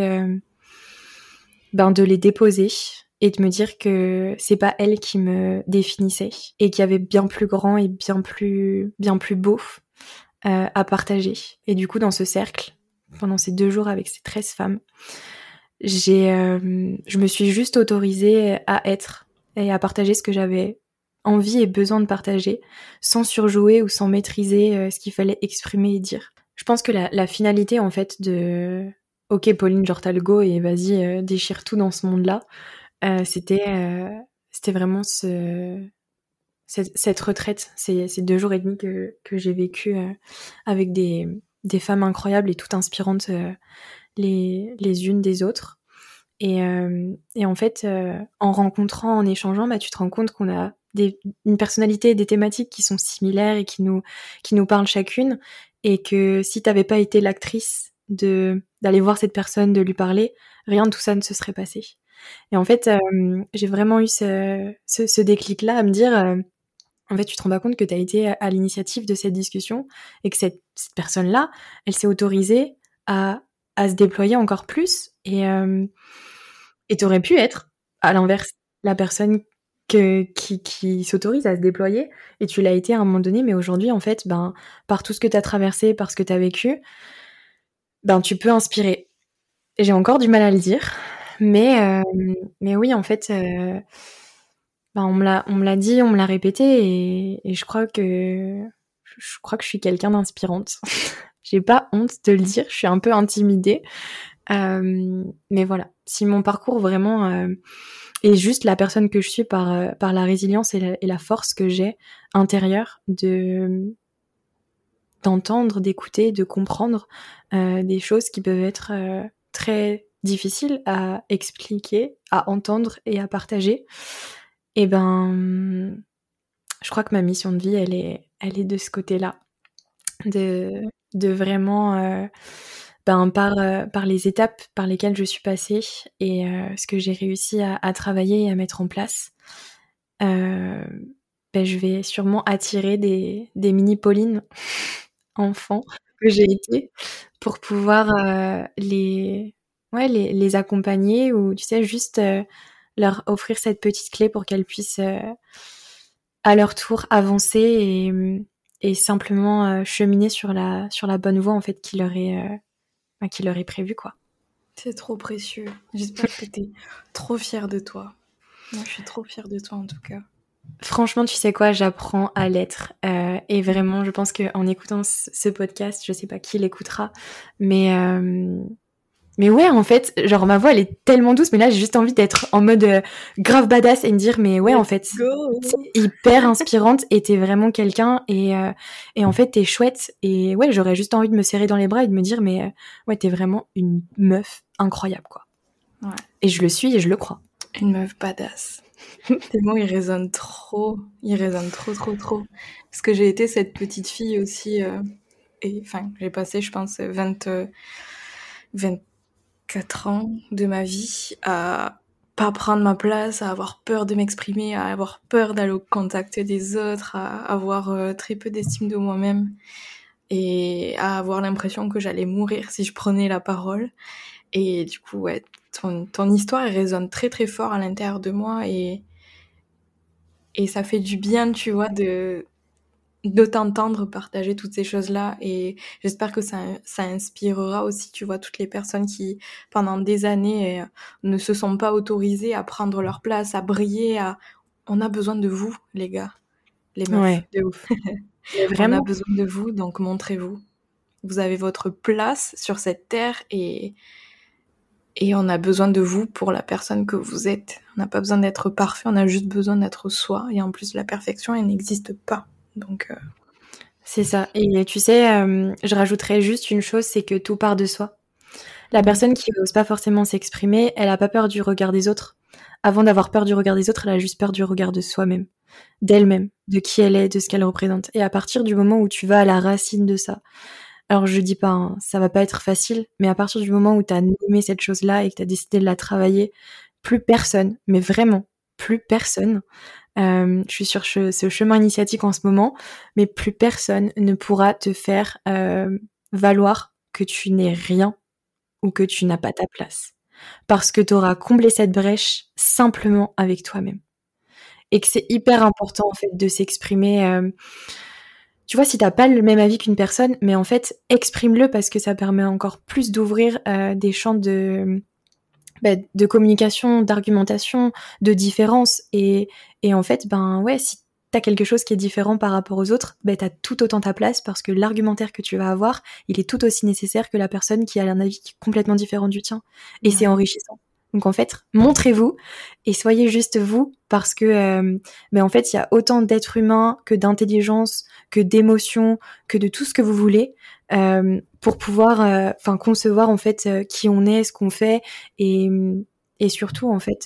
de les déposer et de me dire que c'est pas elles qui me définissaient et qu'il y avait bien plus grand et bien plus beau à partager. Et du coup, dans ce cercle, pendant ces 2 jours avec ces 13 femmes, je me suis juste autorisée à être et à partager ce que j'avais envie et besoin de partager, sans surjouer ou sans maîtriser ce qu'il fallait exprimer et dire. Je pense que la finalité, en fait, de « Ok, Pauline, genre t'as le go et vas-y, déchire tout dans ce monde-là », c'était vraiment cette retraite, ces 2 jours et demi que j'ai vécu avec des femmes incroyables et toutes inspirantes les unes des autres. Et en fait, en rencontrant, en échangeant, tu te rends compte qu'on a une personnalité et des thématiques qui sont similaires et qui nous parlent chacune, et que si t'avais pas été l'actrice d'aller voir cette personne, de lui parler, rien de tout ça ne se serait passé. Et en fait, j'ai vraiment eu ce déclic-là à me dire, en fait, tu te rends pas compte que t'as été à l'initiative de cette discussion et que cette personne-là, elle s'est autorisée à se déployer encore plus, et t'aurais pu être, à l'inverse, la personne qui s'autorise à se déployer, et tu l'as été à un moment donné, mais aujourd'hui, en fait, par tout ce que t'as traversé, par ce que t'as vécu, tu peux inspirer. Et j'ai encore du mal à le dire, mais oui, en fait, on me l'a dit, on me l'a répété, et je crois que je suis quelqu'un d'inspirante. J'ai pas honte de le dire, je suis un peu intimidée. Mais voilà, si mon parcours vraiment est juste la personne que je suis par la résilience et la force que j'ai intérieure d'entendre, d'écouter, de comprendre des choses qui peuvent être très difficiles à expliquer, à entendre et à partager, et je crois que ma mission de vie, elle est de ce côté-là, de vraiment par les étapes par lesquelles je suis passée et ce que j'ai réussi à travailler et à mettre en place, je vais sûrement attirer des mini Pauline enfants que j'ai été, pour pouvoir les accompagner, ou tu sais, juste leur offrir cette petite clé pour qu'elles puissent à leur tour avancer et simplement cheminer sur la bonne voie, en fait, qui leur est prévu, quoi. C'est trop précieux. J'espère que t'es trop fière de toi. Moi, je suis trop fière de toi, en tout cas. Franchement, tu sais quoi, j'apprends à l'être. Et vraiment, je pense qu'en écoutant ce podcast, je sais pas qui l'écoutera, mais Mais ouais, en fait, genre ma voix elle est tellement douce, mais là j'ai juste envie d'être en mode grave badass et me dire mais ouais en fait c'est hyper inspirante et t'es vraiment quelqu'un et en fait t'es chouette et ouais j'aurais juste envie de me serrer dans les bras et de me dire mais ouais t'es vraiment une meuf incroyable quoi. Ouais. Et je le suis et je le crois. Une meuf badass. Tes mots ils résonnent trop, trop. Parce que j'ai été cette petite fille aussi et enfin j'ai passé je pense 24 ans de ma vie à pas prendre ma place, à avoir peur de m'exprimer, à avoir peur d'aller au contact des autres, à avoir très peu d'estime de moi-même et à avoir l'impression que j'allais mourir si je prenais la parole. Et du coup, ouais, ton histoire elle résonne très très fort à l'intérieur de moi et ça fait du bien, tu vois, de t'entendre partager toutes ces choses-là et j'espère que ça inspirera aussi, tu vois, toutes les personnes qui, pendant des années, ne se sont pas autorisées à prendre leur place, à briller, On a besoin de vous, les gars, les meufs. Ouais. De ouf. Mais vraiment. On a besoin de vous, donc montrez-vous. Vous avez votre place sur cette terre et on a besoin de vous pour la personne que vous êtes. On n'a pas besoin d'être parfait, on a juste besoin d'être soi et en plus, la perfection, elle n'existe pas. Donc, C'est ça. Et tu sais, je rajouterais juste une chose, c'est que tout part de soi. La personne qui n'ose pas forcément s'exprimer, elle a pas peur du regard des autres. Avant d'avoir peur du regard des autres, elle a juste peur du regard de soi-même, d'elle-même, de qui elle est, de ce qu'elle représente. Et à partir du moment où tu vas à la racine de ça, alors je dis pas, hein, ça va pas être facile, mais à partir du moment où t'as nommé cette chose-là et que t'as décidé de la travailler, plus personne, mais vraiment, plus personne, je suis sur ce chemin initiatique en ce moment, mais plus personne ne pourra te faire valoir que tu n'es rien ou que tu n'as pas ta place. Parce que tu auras comblé cette brèche simplement avec toi-même. Et que c'est hyper important en fait de s'exprimer. Tu vois, si t'as pas le même avis qu'une personne, mais en fait, exprime-le parce que ça permet encore plus d'ouvrir des champs de communication, d'argumentation, de différence. Et en fait, ben ouais, si t'as quelque chose qui est différent par rapport aux autres, ben t'as tout autant ta place parce que l'argumentaire que tu vas avoir, il est tout aussi nécessaire que la personne qui a un avis complètement différent du tien. Et c'est enrichissant. Donc en fait, montrez-vous et soyez juste vous parce que en fait, il y a autant d'êtres humains que d'intelligence, que d'émotions, que de tout ce que vous voulez pour pouvoir concevoir en fait qui on est, ce qu'on fait et surtout en fait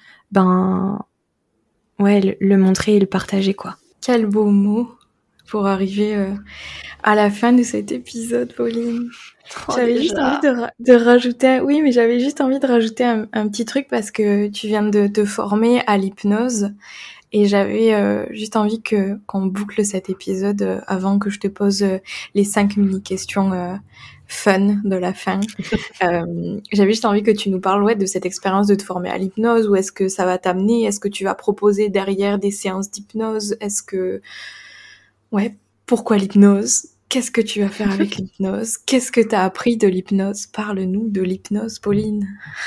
le montrer et le partager quoi. Quel beau mot pour arriver à la fin de cet épisode, Pauline. J'avais juste envie de rajouter, oui, mais j'avais juste envie de rajouter un petit truc parce que tu viens de te former à l'hypnose et j'avais juste envie qu'on boucle cet épisode avant que je te pose les 5 mini-questions fun de la fin. J'avais juste envie que tu nous parles de cette expérience de te former à l'hypnose, où est-ce que ça va t'amener, est-ce que tu vas proposer derrière des séances d'hypnose, est-ce que... Ouais, pourquoi l'hypnose? Qu'est-ce que tu vas faire avec l'hypnose? Qu'est-ce que t'as appris de l'hypnose? Parle-nous de l'hypnose, Pauline.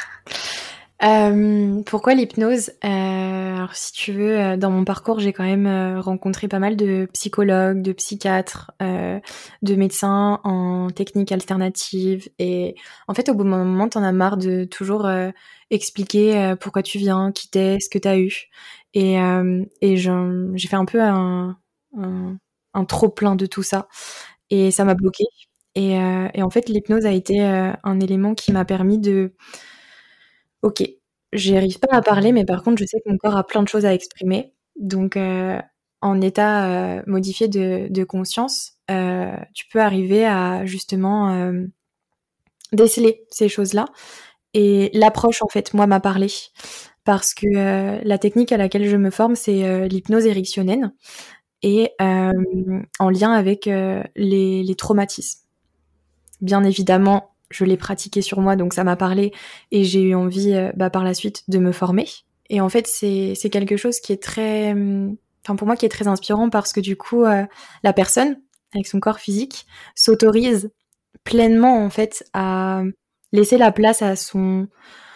Pourquoi l'hypnose? Alors si tu veux, dans mon parcours, j'ai quand même rencontré pas mal de psychologues, de psychiatres, de médecins en technique alternative. Et en fait, au bout d'un moment, t'en as marre de toujours expliquer pourquoi tu viens, qui t'es, ce que t'as eu. Et j'ai fait un peu un trop plein de tout ça. Et ça m'a bloquée. Et en fait, l'hypnose a été un élément qui m'a permis de... Ok, j'y arrive pas à parler, mais par contre, je sais que mon corps a plein de choses à exprimer. Donc, en état modifié de conscience, tu peux arriver à justement déceler ces choses-là. Et l'approche, en fait, moi, m'a parlé. Parce que la technique à laquelle je me forme, c'est l'hypnose ericksonienne. Et en lien avec les traumatismes. Bien évidemment, je l'ai pratiqué sur moi, donc ça m'a parlé et j'ai eu envie par la suite de me former. Et en fait, c'est quelque chose qui est très... pour moi, qui est très inspirant parce que du coup, la personne, avec son corps physique, s'autorise pleinement, en fait, à laisser la place à son...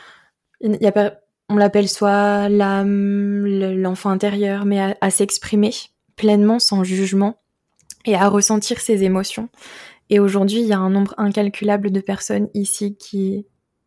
on l'appelle soit l'âme, l'enfant intérieur, mais à s'exprimer pleinement, sans jugement, et à ressentir ses émotions. Et aujourd'hui, il y a un nombre incalculable de personnes ici qui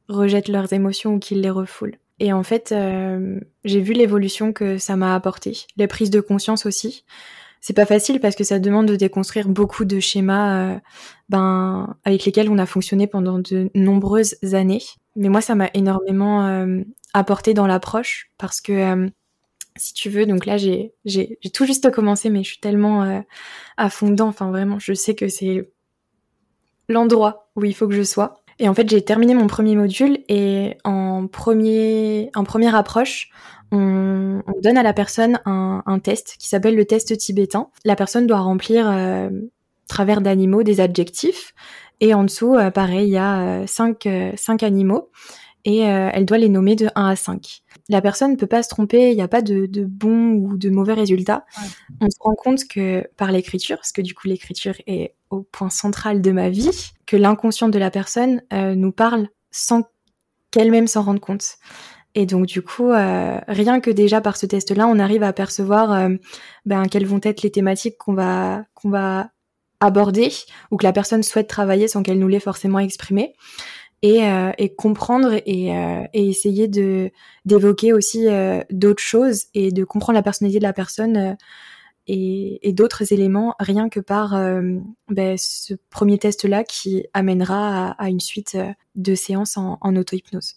rejettent leurs émotions ou qu'ils les refoulent. Et en fait, j'ai vu l'évolution que ça m'a apporté, les prises de conscience aussi. C'est pas facile parce que ça demande de déconstruire beaucoup de schémas avec lesquels on a fonctionné pendant de nombreuses années. Mais moi, ça m'a énormément apporté dans l'approche parce que si tu veux, donc là, j'ai tout juste commencé, mais je suis tellement à fond dedans. Enfin, vraiment, je sais que c'est l'endroit où il faut que je sois. Et en fait, j'ai terminé mon premier module et en première approche, on donne à la personne un test qui s'appelle le test tibétain. La personne doit remplir travers d'animaux des adjectifs et en dessous, pareil, il y a 5 animaux et elle doit les nommer de 1 à 5. La personne ne peut pas se tromper, il n'y a pas de bon ou de mauvais résultats. Ouais. On se rend compte que par l'écriture, parce que du coup l'écriture est au point central de ma vie, que l'inconscient de la personne nous parle sans qu'elle-même s'en rende compte. Et donc du coup, rien que déjà par ce test-là, on arrive à percevoir quelles vont être les thématiques qu'on va aborder ou que la personne souhaite travailler sans qu'elle nous l'ait forcément exprimé. Et comprendre et essayer d'évoquer aussi d'autres choses et de comprendre la personnalité de la personne et d'autres éléments rien que par ce premier test-là qui amènera à une suite de séances en auto-hypnose.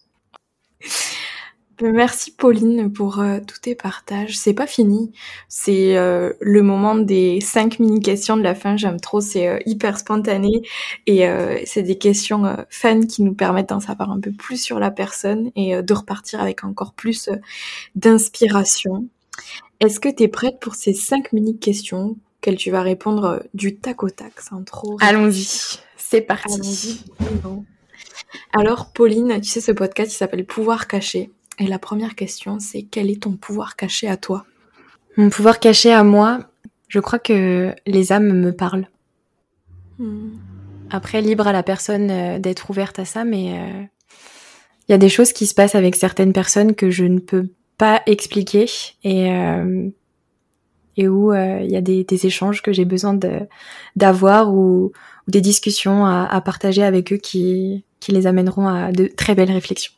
Merci Pauline pour tous tes partages. C'est pas fini, c'est le moment des 5 mini-questions de la fin, j'aime trop, c'est hyper spontané et c'est des questions fun qui nous permettent d'en savoir un peu plus sur la personne et de repartir avec encore plus d'inspiration. Est-ce que t'es prête pour ces 5 mini-questions auxquelles tu vas répondre du tac au tac sans trop... Allons-y, c'est parti. Allons-y. Alors Pauline, tu sais ce podcast il s'appelle Pouvoir caché. Et la première question, c'est quel est ton pouvoir caché à toi ? Mon pouvoir caché à moi, je crois que les âmes me parlent. Après, libre à la personne d'être ouverte à ça, mais il y a des choses qui se passent avec certaines personnes que je ne peux pas expliquer et où il y a des échanges que j'ai besoin d'avoir ou des discussions à partager avec eux qui les amèneront à de très belles réflexions.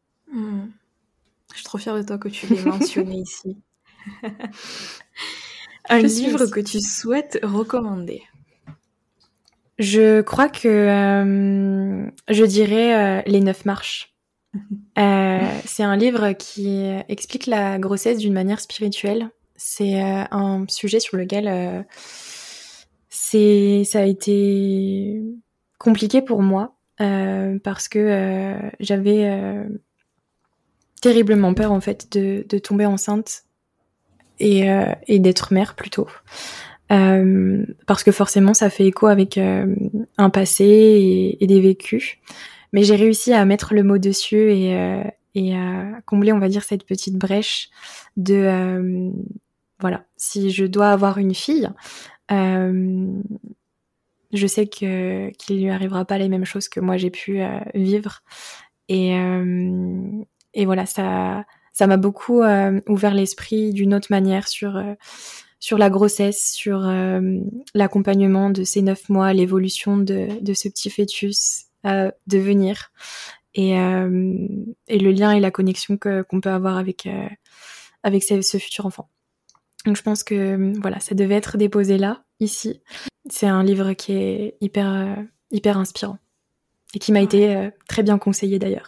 Je suis trop fière de toi que tu l'aies mentionné ici. Un livre que tu souhaites recommander ? Je crois que je dirais Les 9 marches. C'est un livre qui explique la grossesse d'une manière spirituelle. C'est un sujet sur lequel ça a été compliqué pour moi parce que j'avais... terriblement peur en fait de tomber enceinte et d'être mère plutôt parce que forcément ça fait écho avec un passé et des vécus, mais j'ai réussi à mettre le mot dessus et à combler on va dire cette petite brèche de voilà, si je dois avoir une fille je sais qu'il lui arrivera pas les mêmes choses que moi j'ai pu vivre et voilà, ça m'a beaucoup ouvert l'esprit d'une autre manière sur la grossesse, sur l'accompagnement de ces 9 mois, l'évolution de ce petit fœtus à devenir et le lien et la connexion qu'on peut avoir avec ce futur enfant. Donc je pense que voilà, ça devait être déposé là, ici. C'est un livre qui est hyper inspirant et qui m'a été très bien conseillé d'ailleurs.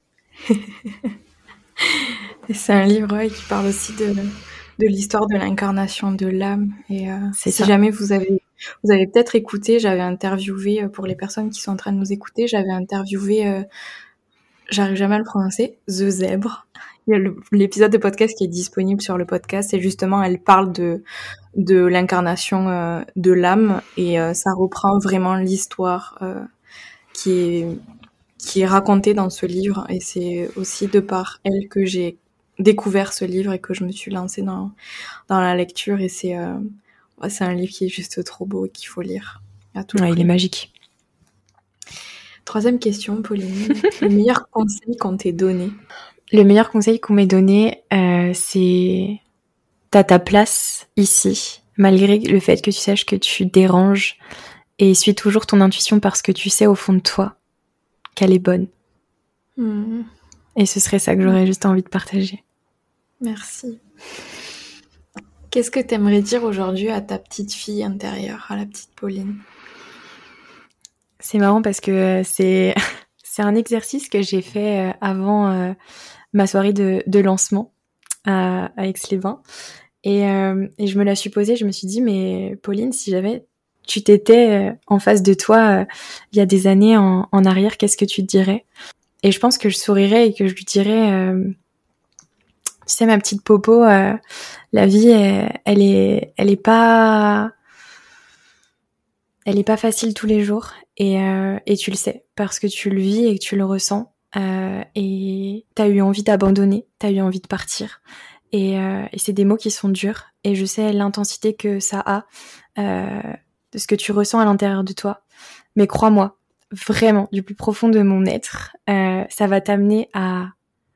C'est un livre qui parle aussi de l'histoire de l'incarnation de l'âme et si jamais vous avez peut-être écouté, j'avais interviewé pour les personnes qui sont en train de nous écouter, j'avais interviewé j'arrive jamais à le prononcer, The Zèbre. Il y a l'épisode de podcast qui est disponible sur le podcast et justement elle parle de l'incarnation de l'âme et ça reprend vraiment l'histoire qui est racontée dans ce livre et c'est aussi de par elle que j'ai découvert ce livre et que je me suis lancée dans la lecture et c'est un livre qui est juste trop beau et qu'il faut lire à tout prix. Il est magique. Troisième question, Pauline. Le meilleur conseil qu'on t'ait donné ? Le meilleur conseil qu'on m'ait donné, c'est t'as ta place ici, malgré le fait que tu saches que tu déranges et suis toujours ton intuition parce que tu sais au fond de toi qu'elle est bonne. Et ce serait ça que j'aurais juste envie de partager. Merci. Qu'est-ce que t'aimerais dire aujourd'hui à ta petite fille intérieure, à la petite Pauline? C'est marrant parce que c'est un exercice que j'ai fait avant ma soirée de lancement à Aix-les-Bains. Et je me la suis posée, je me suis dit, mais Pauline, si jamais tu t'étais en face de toi il y a des années en arrière, qu'est-ce que tu te dirais? Et je pense que je sourirais et que je lui dirais, tu sais, ma petite Popo, la vie, elle est pas facile tous les jours. Et tu le sais, parce que tu le vis et que tu le ressens. Et t'as eu envie d'abandonner, t'as eu envie de partir. Et c'est des mots qui sont durs. Et je sais l'intensité que ça a, de ce que tu ressens à l'intérieur de toi. Mais crois-moi, vraiment, du plus profond de mon être, ça va t'amener à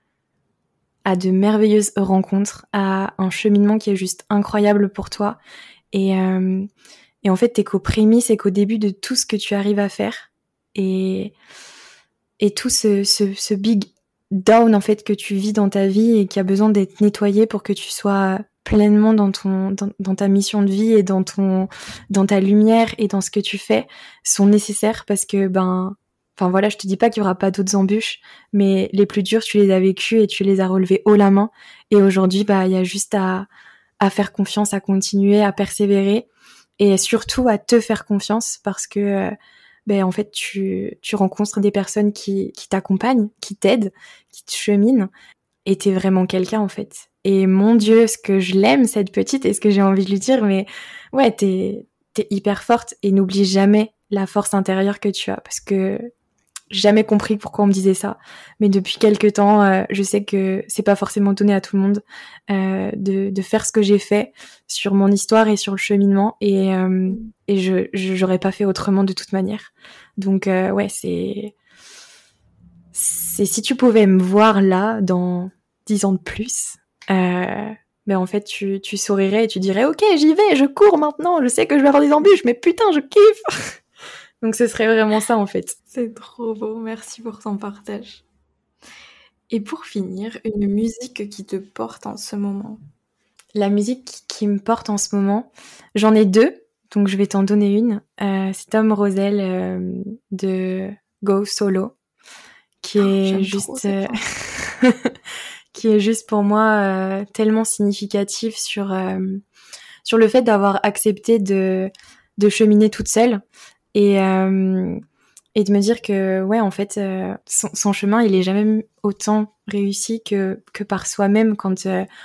de merveilleuses rencontres, à un cheminement qui est juste incroyable pour toi. Et en fait, t'es qu'aux prémices et qu'au début de tout ce que tu arrives à faire. Et tout ce big down, en fait, que tu vis dans ta vie et qui a besoin d'être nettoyé pour que tu sois pleinement dans ta mission de vie et dans ta lumière et dans ce que tu fais, sont nécessaires parce que, voilà, je te dis pas qu'il y aura pas d'autres embûches, mais les plus dures, tu les as vécues et tu les as relevées haut la main. Et aujourd'hui, il y a juste à faire confiance, à continuer, à persévérer et surtout à te faire confiance parce que, en fait, tu rencontres des personnes qui t'accompagnent, qui t'aident, qui te cheminent et t'es vraiment quelqu'un, en fait. Et mon Dieu, ce que je l'aime, cette petite, et ce que j'ai envie de lui dire, mais ouais, t'es hyper forte et n'oublie jamais la force intérieure que tu as parce que j'ai jamais compris pourquoi on me disait ça, mais depuis quelques temps, je sais que c'est pas forcément donné à tout le monde de faire ce que j'ai fait sur mon histoire et sur le cheminement, et j'aurais pas fait autrement de toute manière. Donc ouais, c'est si tu pouvais me voir là dans 10 ans de plus, en fait tu sourirais et tu dirais ok, j'y vais, je cours maintenant, je sais que je vais avoir des embûches, mais putain, je kiffe. Donc ce serait vraiment ça, en fait. C'est trop beau, merci pour ton partage. Et pour finir, une musique qui te porte en ce moment? La musique qui me porte en ce moment, j'en ai deux, donc je vais t'en donner une. C'est Tom Rosell de Go Solo, qui est juste qui est juste pour moi tellement significatif sur le fait d'avoir accepté de cheminer toute seule et de me dire que ouais, en fait, son chemin, il est jamais autant réussi que par soi-même quand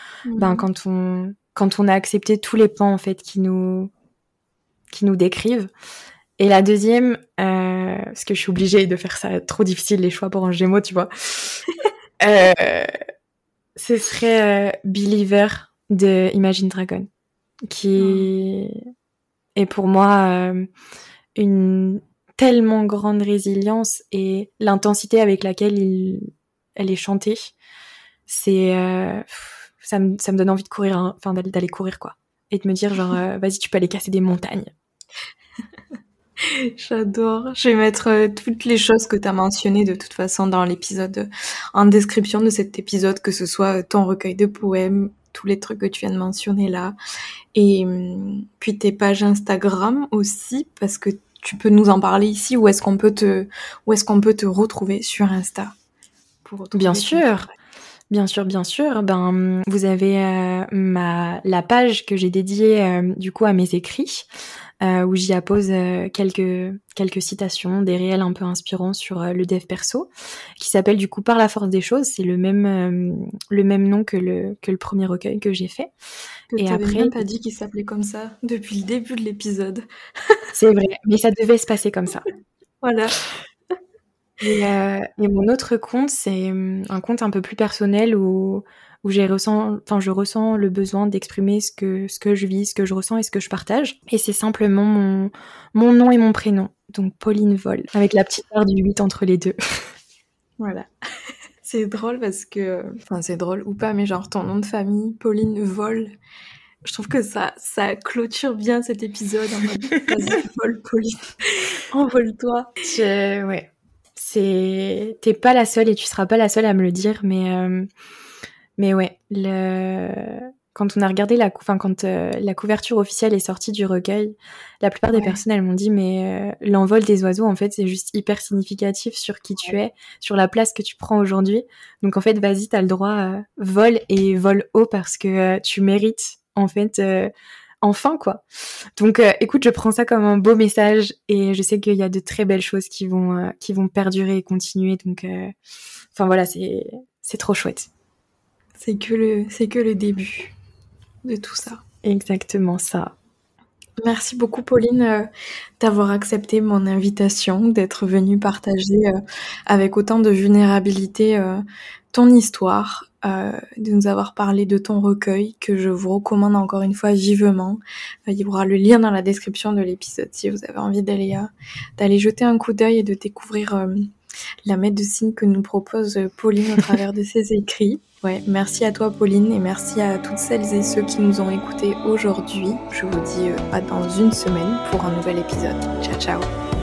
on a accepté tous les pans, en fait, qui nous décrivent. Et la deuxième, parce que je suis obligée de faire ça, trop difficile les choix pour un Gémeaux, tu vois. Ce serait Believer de Imagine Dragon, qui est pour moi une tellement grande résilience, et l'intensité avec laquelle elle est chantée, c'est ça me donne envie de courir, d'aller courir, quoi, et de me dire genre vas-y, tu peux aller casser des montagnes. J'adore. Je vais mettre toutes les choses que tu as mentionnées de toute façon dans l'épisode, en description de cet épisode, que ce soit ton recueil de poèmes, tous les trucs que tu viens de mentionner là, et puis tes pages Instagram aussi, parce que tu peux nous en parler ici. Où est-ce qu'on peut te retrouver sur Insta pour Bien sûr. Bien sûr. Vous avez la page que j'ai dédiée du coup à mes écrits, où j'y appose quelques citations, des réels un peu inspirants sur le dev perso, qui s'appelle du coup Par la force des choses. C'est le même nom que le premier recueil que j'ai fait. Et après, même pas dit qu'il s'appelait comme ça depuis le début de l'épisode. C'est vrai, mais ça devait se passer comme ça. Voilà. Et mon autre compte, c'est un compte un peu plus personnel où je ressens le besoin d'exprimer ce que je vis, ce que je ressens et ce que je partage. Et c'est simplement mon nom et mon prénom, donc Pauline Vol, avec la petite barre du 8 entre les deux. Voilà. C'est drôle parce que, enfin c'est drôle ou pas, mais genre ton nom de famille, Pauline Vol, je trouve que ça clôture bien cet épisode en mode vas-y, Vol, Pauline, envole-toi. Ouais. t'es pas la seule et tu seras pas la seule à me le dire, mais ouais, quand on a regardé quand la couverture officielle est sortie du recueil, la plupart des personnes, elles m'ont dit, mais l'envol des oiseaux, en fait, c'est juste hyper significatif sur qui tu es, sur la place que tu prends aujourd'hui. Donc en fait, vas-y, t'as le droit, vole et vole haut parce que tu mérites, en fait, enfin, quoi. Donc écoute, je prends ça comme un beau message et je sais qu'il y a de très belles choses qui vont perdurer et continuer. Donc enfin voilà, c'est trop chouette. C'est que le début de tout ça. Exactement ça. Merci beaucoup Pauline d'avoir accepté mon invitation, d'être venue partager avec autant de vulnérabilité ton histoire, de nous avoir parlé de ton recueil que je vous recommande encore une fois vivement. Il y aura le lien dans la description de l'épisode si vous avez envie d'aller jeter un coup d'œil et de découvrir la médecine que nous propose Pauline au travers de ses écrits. Ouais, merci à toi Pauline et merci à toutes celles et ceux qui nous ont écoutés aujourd'hui. Je vous dis à dans une semaine pour un nouvel épisode. Ciao ciao.